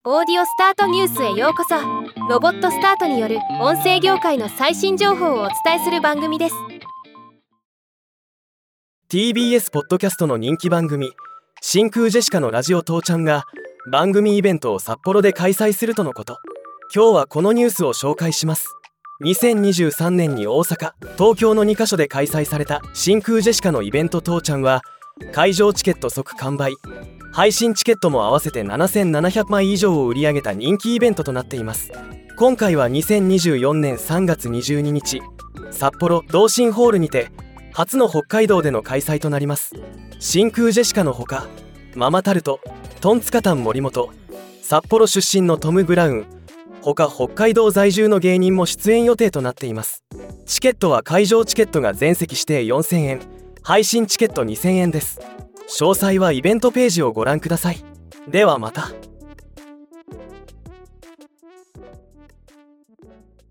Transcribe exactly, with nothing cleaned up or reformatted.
オーディオスタートニュースへようこそ。ロボットスタートによる音声業界の最新情報をお伝えする番組です。 ティービーエス ポッドキャストの人気番組真空ジェシカのラジオ父ちゃんが番組イベントを札幌で開催するとのこと。今日はこのニュースを紹介します。にせんにじゅうさんねんに大阪、東京のにカ所で開催された真空ジェシカのイベント父ちゃんは会場チケット即完売、配信チケットも合わせてななせんななひゃくまい以上を売り上げた人気イベントとなっています。今回はにせんにじゅうよねんさんがつにじゅうににち、札幌同心ホールにて初の北海道での開催となります。真空ジェシカのほか、ママタルト、トンツカタン森本、札幌出身のトム・ブラウン、他北海道在住の芸人も出演予定となっています。チケットは会場チケットが全席指定よんせんえん、配信チケットにせんえんです。詳細はイベントページをご覧ください。ではまた。